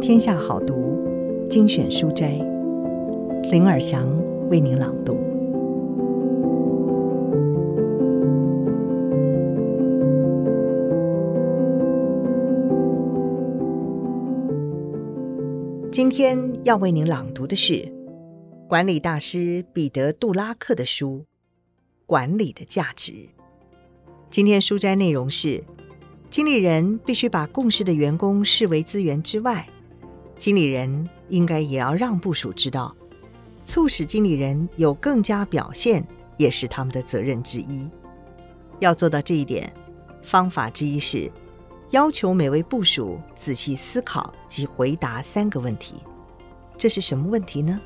天下好读精选书斋，林尔祥为您朗读。今天要为您朗读的是管理大师彼得·杜拉克的书《管理的价值》。今天书斋内容是：经理人必须把共事的员工视为资源之外，经理人应该也要让部属知道，促使经理人有更佳表现也是他们的责任之一。要做到这一点，方法之一是要求每位部属仔细思考及回答3个问题。这是什么问题呢？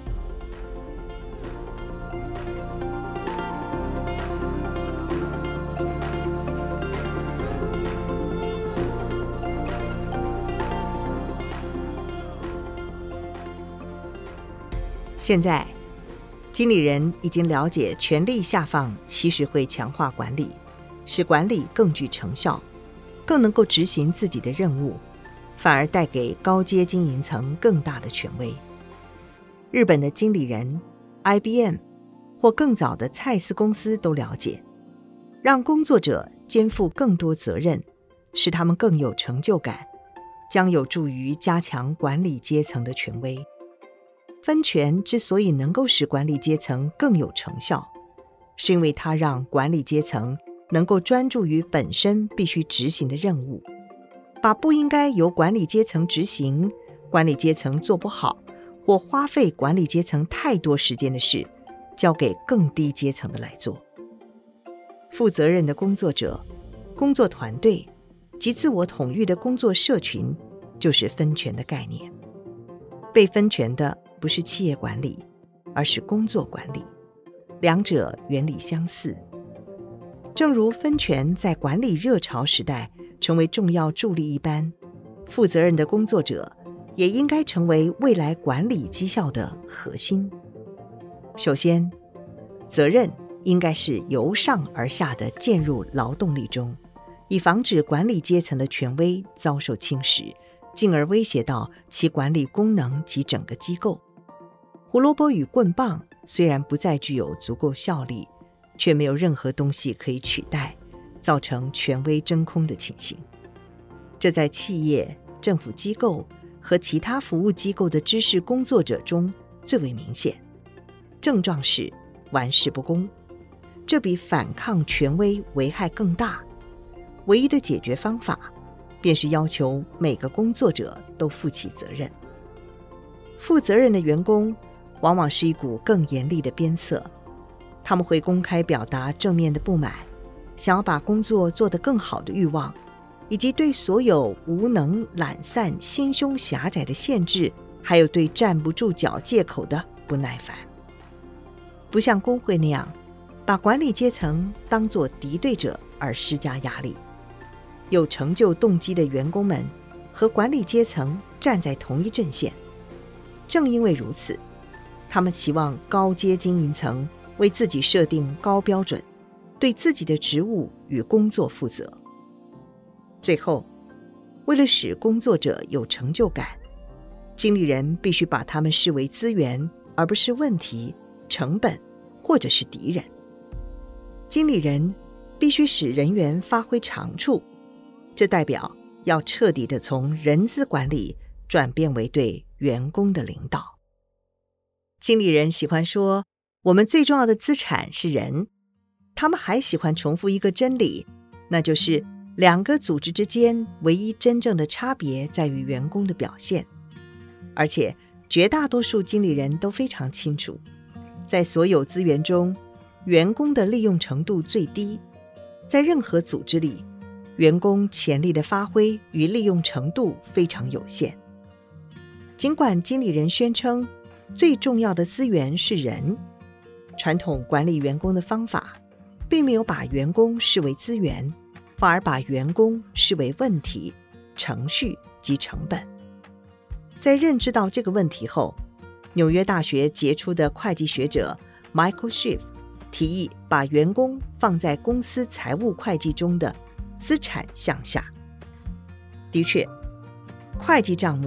现在，经理人已经了解权力下放其实会强化管理，使管理更具成效，更能够执行自己的任务，反而带给高阶经营层更大的权威。日本的经理人 IBM 或更早的蔡司公司都了解，让工作者肩负更多责任，使他们更有成就感，将有助于加强管理阶层的权威。分权之所以能够使管理阶层更有成效，是因为它让管理阶层能够专注于本身必须执行的任务，把不应该由管理阶层执行、管理阶层做不好或花费管理阶层太多时间的事，交给更低阶层的来做。负责任的工作者、工作团队及自我统御的工作社群，就是分权的概念。被分权的不是企业管理，而是工作管理，两者原理相似。正如分权在管理热潮时代成为重要助力一般，负责任的工作者也应该成为未来管理绩效的核心。首先，责任应该是由上而下的渐入劳动力中，以防止管理阶层的权威遭受侵蚀，进而威胁到其管理功能及整个机构。胡萝卜与棍棒虽然不再具有足够效力，却没有任何东西可以取代，造成权威真空的情形。这在企业、政府机构和其他服务机构的知识工作者中最为明显。症状是玩世不恭，这比反抗权威危害更大。唯一的解决方法便是要求每个工作者都负起责任。负责任的员工往往是一股更严厉的鞭策，他们会公开表达正面的不满，想要把工作做得更好的欲望，以及对所有无能、懒散、心胸狭窄的限制，还有对站不住脚借口的不耐烦。不像工会那样把管理阶层当作敌对者而施加压力。有成就动机的员工们和管理阶层站在同一阵线，正因为如此，他们期望高阶经营层为自己设定高标准，对自己的职务与工作负责。最后，为了使工作者有成就感，经理人必须把他们视为资源，而不是问题、成本或者是敌人。经理人必须使人员发挥长处，这代表要彻底地从人资管理转变为对员工的领导。经理人喜欢说，我们最重要的资产是人。他们还喜欢重复一个真理，那就是2个组织之间唯一真正的差别在于员工的表现。而且绝大多数经理人都非常清楚，在所有资源中，员工的利用程度最低。在任何组织里，员工潜力的发挥与利用程度非常有限。尽管经理人宣称最重要的资源是人，传统管理员工的方法并没有把员工视为资源，反而把员工视为问题、程序及成本。在认知到这个问题后，纽约大学杰出的会计学者 Michael Schiff 提议把员工放在公司财务会计中的资产项下。的确，会计账目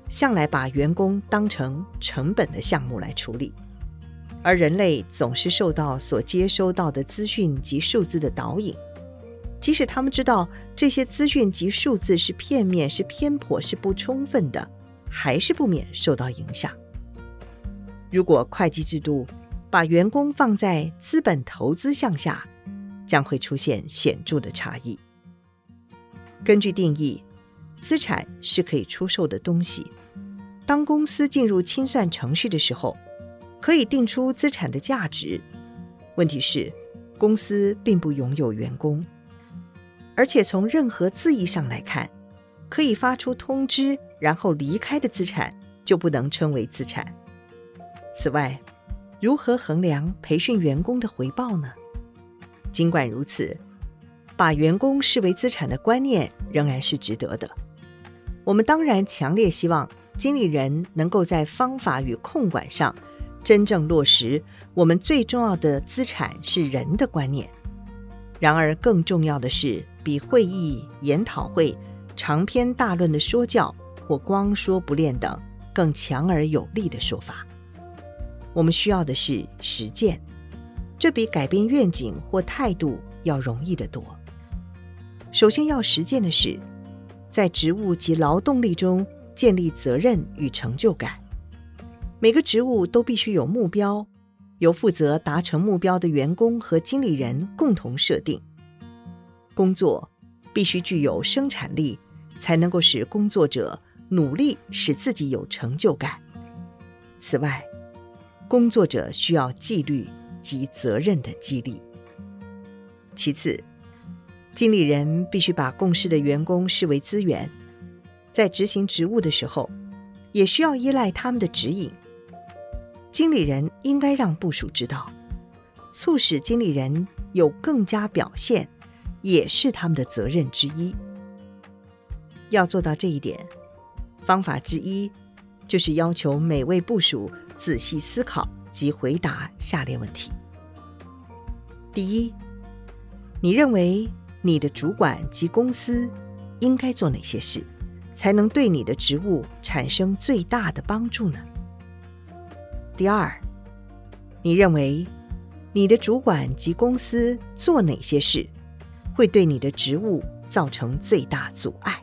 向来把员工当成成本的项目来处理，而人类总是受到所接收到的资讯及数字的导引，即使他们知道这些资讯及数字是片面、是偏颇、是不充分的，还是不免受到影响。如果会计制度把员工放在资本投资项下，将会出现显著的差异。根据定义，资产是可以出售的东西。当公司进入清算程序的时候，可以定出资产的价值。问题是，公司并不拥有员工，而且从任何字义上来看，可以发出通知然后离开的资产就不能称为资产。此外，如何衡量培训员工的回报呢？尽管如此，把员工视为资产的观念仍然是值得的。我们当然强烈希望经理人能够在方法与控管上真正落实我们最重要的资产是人的观念。然而更重要的是，比会议、研讨会、长篇大论的说教或光说不练等更强而有力的说法。我们需要的是实践，这比改变愿景或态度要容易得多。首先要实践的是，在职务及劳动力中建立责任与成就感。每个职务都必须有目标，由负责达成目标的员工和经理人共同设定。工作必须具有生产力，才能够使工作者努力使自己有成就感。此外，工作者需要纪律及责任的激励。其次，经理人必须把共事的员工视为资源，在执行职务的时候，也需要依赖他们的指引。经理人应该让部属知道，促使经理人有更佳表现，也是他们的责任之一。要做到这一点，方法之一就是要求每位部属仔细思考及回答下列问题。第一，你认为你的主管及公司应该做哪些事，才能对你的职务产生最大的帮助呢？第二，你认为你的主管及公司做哪些事，会对你的职务造成最大阻碍？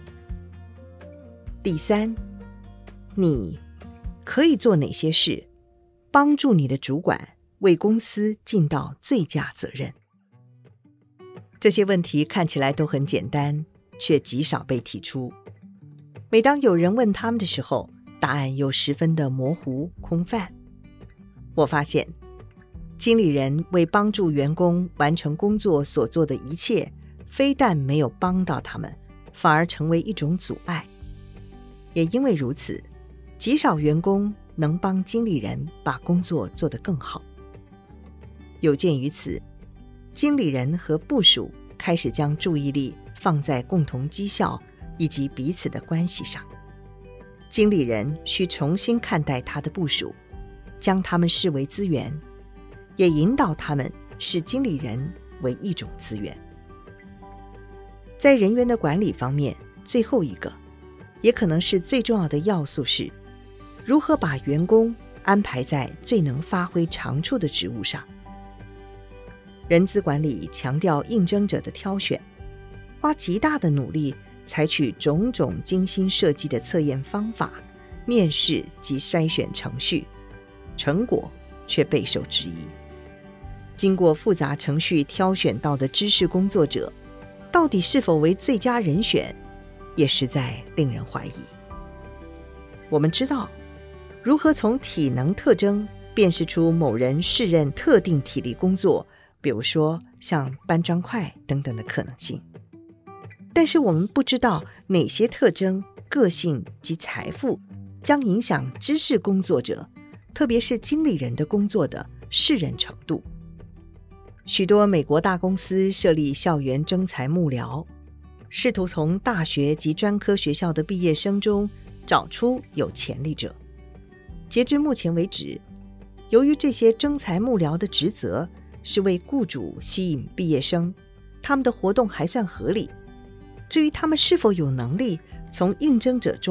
第三，你可以做哪些事，帮助你的主管为公司尽到最佳责任？这些问题看起来都很简单，却极少被提出。每当有人问他们的时候，答案又十分的模糊空泛。我发现，经理人为帮助员工完成工作所做的一切，非但没有帮到他们，反而成为一种阻碍。也因为如此，极少员工能帮经理人把工作做得更好。有鉴于此，经理人和部属开始将注意力放在共同绩效以及彼此的关系上。经理人需重新看待他的部属，将他们视为资源，也引导他们视经理人为一种资源。在人员的管理方面，最后一个，也可能是最重要的要素是，如何把员工安排在最能发挥长处的职务上。人资管理强调应征者的挑选，花极大的努力采取种种精心设计的测验方法、面试及筛选程序，成果却备受质疑。经过复杂程序挑选到的知识工作者，到底是否为最佳人选，也实在令人怀疑。我们知道，如何从体能特征辨识出某人适任特定体力工作，比如说像搬砖块等等的可能性。但是我们不知道哪些特征、个性及财富将影响知识工作者，特别是经理人的工作的适任程度。许多美国大公司设立校园征才幕僚，试图从大学及专科学校的毕业生中找出有潜力者。截至目前为止，由于这些征才幕僚的职责是为雇主吸引毕业生，他们的活动还算合理。至于他们是否有能力从应征者中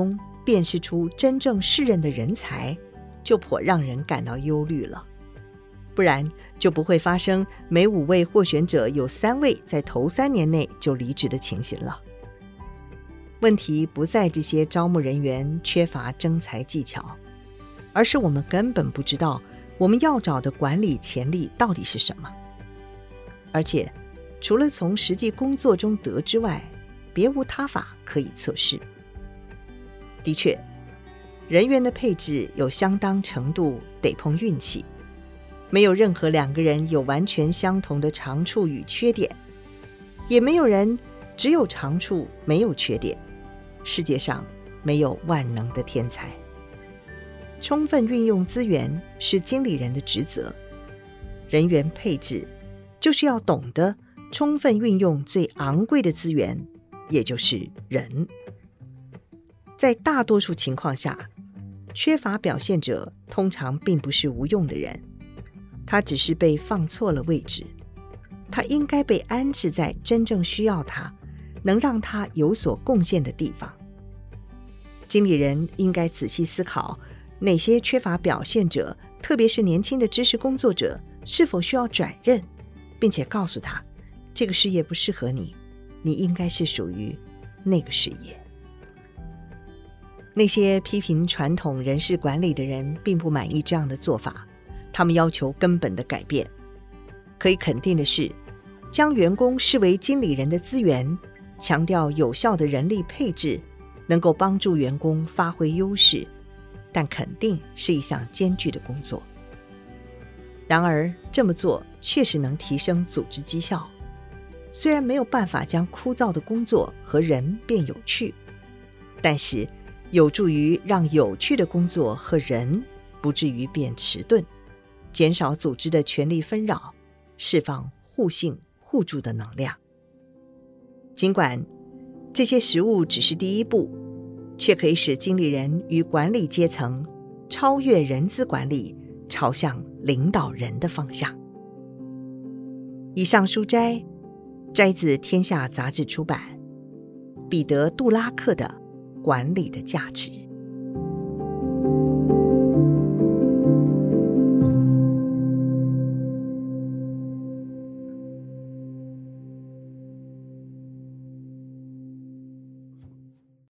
辨识出真正适任的人才，就颇让人感到忧虑了。不然就不会发生每5位获选者有3位在头3年内就离职的情形了。问题不在这些招募人员缺乏征才技巧，而是我们根本不知道我们要找的管理潜力到底是什么。而且除了从实际工作中得之外，别无他法可以测试。的确，人员的配置有相当程度得碰运气，没有任何2个人有完全相同的长处与缺点，也没有人只有长处没有缺点。世界上没有万能的天才。充分运用资源是经理人的职责，人员配置就是要懂得充分运用最昂贵的资源，也就是人。在大多数情况下，缺乏表现者通常并不是无用的人，他只是被放错了位置，他应该被安置在真正需要他，能让他有所贡献的地方。经理人应该仔细思考哪些缺乏表现者，特别是年轻的知识工作者，是否需要转任，并且告诉他这个事业不适合你，你应该是属于那个事业。那些批评传统人事管理的人并不满意这样的做法，他们要求根本的改变。可以肯定的是，将员工视为经理人的资源，强调有效的人力配置，能够帮助员工发挥优势，但肯定是一项艰巨的工作。然而，这么做确实能提升组织绩效，虽然没有办法将枯燥的工作和人变有趣，但是有助于让有趣的工作和人不至于变迟钝，减少组织的权力纷扰，释放互信互助的能量。尽管这些实务只是第一步，却可以使经理人与管理阶层超越人资管理，朝向领导人的方向。以上书摘自《天下》杂志出版，彼得·杜拉克的《管理的价值》。